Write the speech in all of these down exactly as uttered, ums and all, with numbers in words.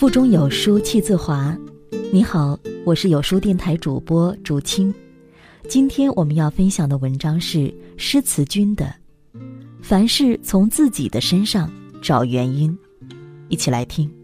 腹中有书气自华。你好，我是有书电台主播竹青。今天我们要分享的文章是诗词君的凡事从自己的身上找原因。一起来听。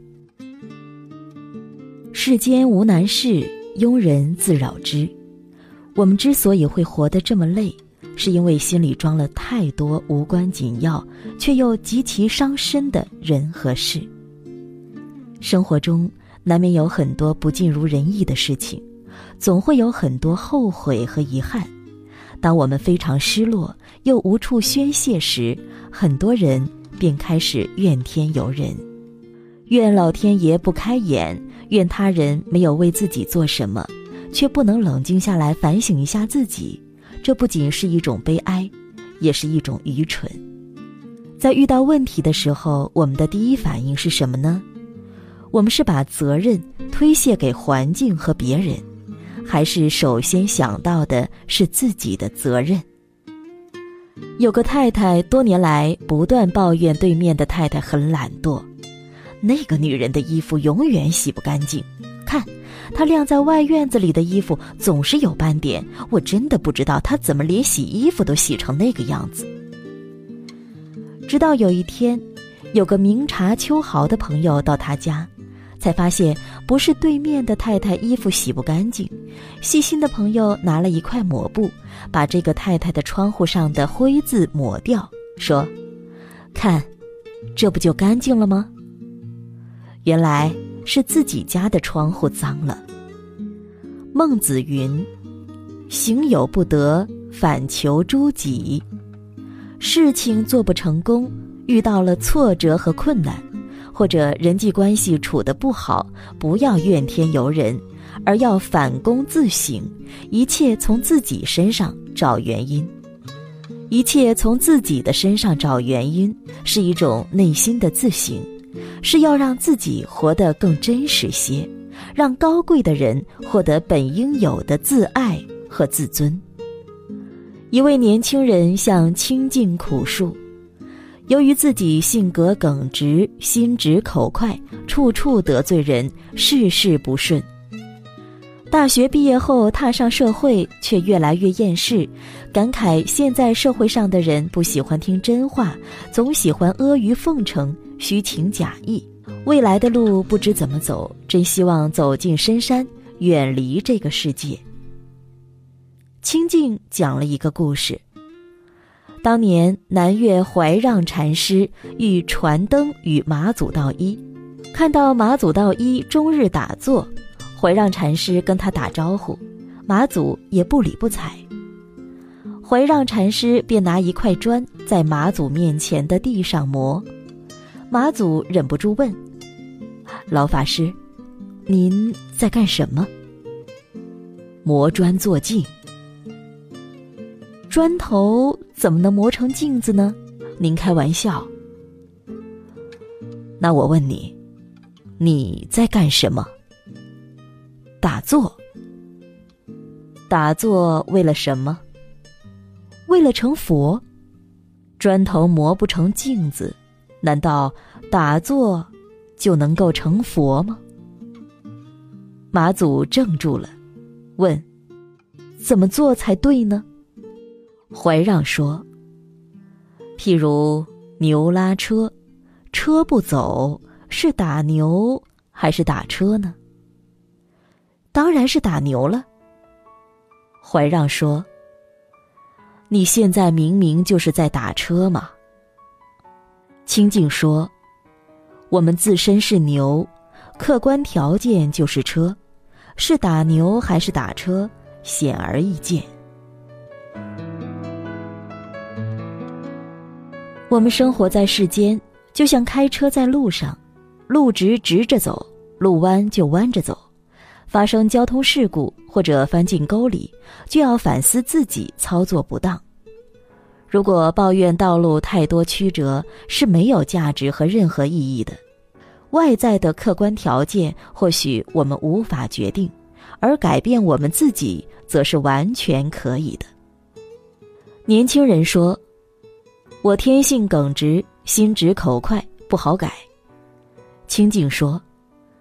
世间无难事，庸人自扰之。我们之所以会活得这么累，是因为心里装了太多无关紧要却又极其伤身的人和事。生活中难免有很多不尽如人意的事情，总会有很多后悔和遗憾。当我们非常失落又无处宣泄时，很多人便开始怨天尤人，怨老天爷不开眼，怨他人没有为自己做什么，却不能冷静下来反省一下自己。这不仅是一种悲哀，也是一种愚蠢。在遇到问题的时候，我们的第一反应是什么呢？我们是把责任推卸给环境和别人，还是首先想到的是自己的责任？有个太太多年来不断抱怨对面的太太很懒惰，那个女人的衣服永远洗不干净，看她晾在外院子里的衣服总是有斑点，我真的不知道她怎么连洗衣服都洗成那个样子。直到有一天，有个明察秋毫的朋友到她家，才发现不是对面的太太衣服洗不干净，细心的朋友拿了一块抹布，把这个太太的窗户上的灰渍抹掉，说：看，这不就干净了吗？原来是自己家的窗户脏了。孟子云：行有不得，反求诸己。事情做不成功，遇到了挫折和困难，或者人际关系处得不好，不要怨天尤人，而要反躬自省，一切从自己身上找原因。一切从自己的身上找原因，是一种内心的自省，是要让自己活得更真实些，让高贵的人获得本应有的自爱和自尊。一位年轻人向清静苦述，由于自己性格耿直，心直口快，处处得罪人，事事不顺。大学毕业后踏上社会，却越来越厌世，感慨现在社会上的人不喜欢听真话，总喜欢阿谀奉承，虚情假意。未来的路不知怎么走，真希望走进深山，远离这个世界。清静讲了一个故事。当年南岳怀让禅师欲传灯与马祖道一，看到马祖道一终日打坐，怀让禅师跟他打招呼，马祖也不理不睬。怀让禅师便拿一块砖在马祖面前的地上磨，马祖忍不住问：老法师，您在干什么？磨砖做镜。砖头怎么能磨成镜子呢？您开玩笑。那我问你，你在干什么？打坐。打坐为了什么？为了成佛。砖头磨不成镜子，难道打坐就能够成佛吗？马祖怔住了，问：怎么做才对呢？怀让说：譬如牛拉车，车不走，是打牛还是打车呢？当然是打牛了。怀让说：你现在明明就是在打车嘛。清静说：我们自身是牛，客观条件就是车，是打牛还是打车，显而易见。我们生活在世间，就像开车在路上，路直直着走，路弯就弯着走。发生交通事故或者翻进沟里，就要反思自己操作不当。如果抱怨道路太多曲折，是没有价值和任何意义的。外在的客观条件或许我们无法决定，而改变我们自己则是完全可以的。年轻人说：我天性耿直，心直口快，不好改。清静说：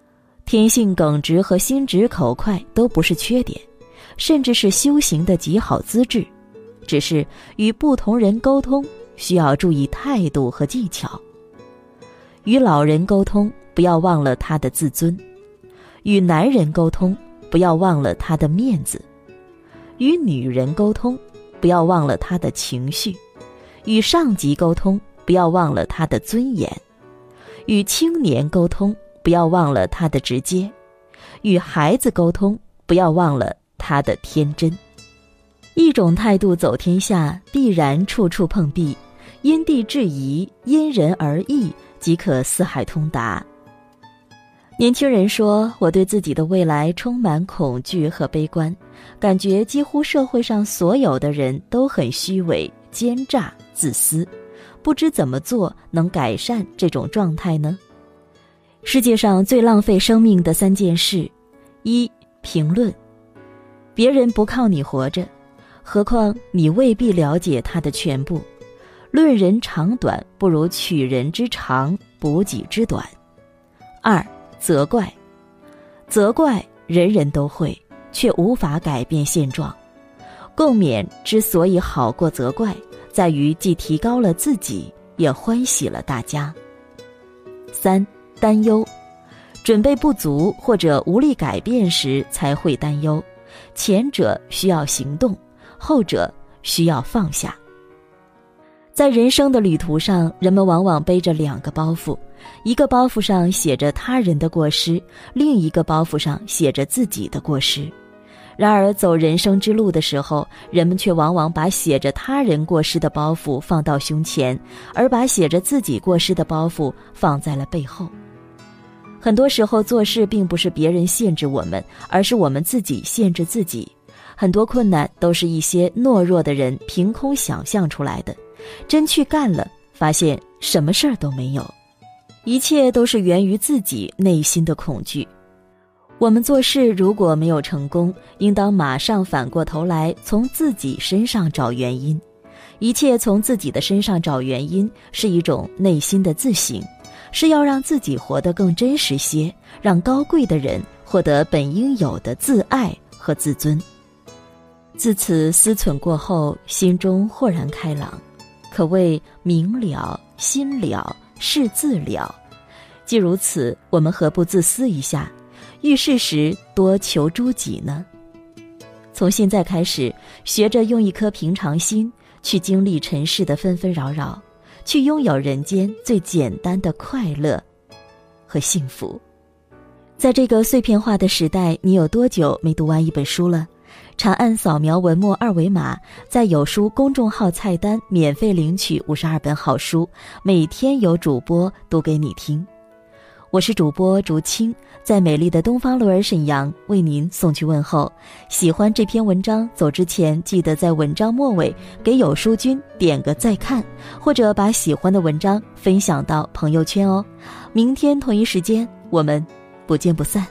天性耿直和心直口快都不是缺点，甚至是修行的极好资质，只是与不同人沟通需要注意态度和技巧。与老人沟通，不要忘了他的自尊；与男人沟通，不要忘了他的面子；与女人沟通，不要忘了他的情绪；与上级沟通，不要忘了他的尊严；与青年沟通，不要忘了他的直接；与孩子沟通，不要忘了他的天真。一种态度走天下，必然处处碰壁，因地制宜，因人而异，即可四海通达。年轻人说，我对自己的未来充满恐惧和悲观，感觉几乎社会上所有的人都很虚伪、奸诈、自私，不知怎么做能改善这种状态呢？世界上最浪费生命的三件事：一、评论。别人不靠你活着，何况你未必了解他的全部。论人长短，不如取人之长，补己之短。二、责怪。责怪人人都会，却无法改变现状。共勉之所以好过责怪，在于既提高了自己，也欢喜了大家。三、担忧。准备不足或者无力改变时才会担忧，前者需要行动，后者需要放下。在人生的旅途上，人们往往背着两个包袱，一个包袱上写着他人的过失，另一个包袱上写着自己的过失。然而走人生之路的时候，人们却往往把写着他人过失的包袱放到胸前，而把写着自己过失的包袱放在了背后。很多时候做事并不是别人限制我们，而是我们自己限制自己。很多困难都是一些懦弱的人凭空想象出来的，真去干了，发现什么事儿都没有。一切都是源于自己内心的恐惧。我们做事如果没有成功，应当马上反过头来从自己身上找原因。一切从自己的身上找原因，是一种内心的自省，是要让自己活得更真实些，让高贵的人获得本应有的自爱和自尊。自此思忖过后，心中豁然开朗，可谓明了、心了、事自了。既如此，我们何不自私一下，遇事时多求诸己呢？从现在开始，学着用一颗平常心去经历尘世的纷纷扰扰，去拥有人间最简单的快乐和幸福。在这个碎片化的时代，你有多久没读完一本书了？长按扫描文末二维码，在有书公众号菜单免费领取五十二本好书，每天有主播读给你听。我是主播竹青，在美丽的东方鹿儿沈阳为您送去问候。喜欢这篇文章，走之前记得在文章末尾给有书君点个再看，或者把喜欢的文章分享到朋友圈哦。明天同一时间，我们不见不散。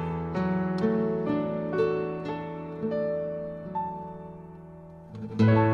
thank you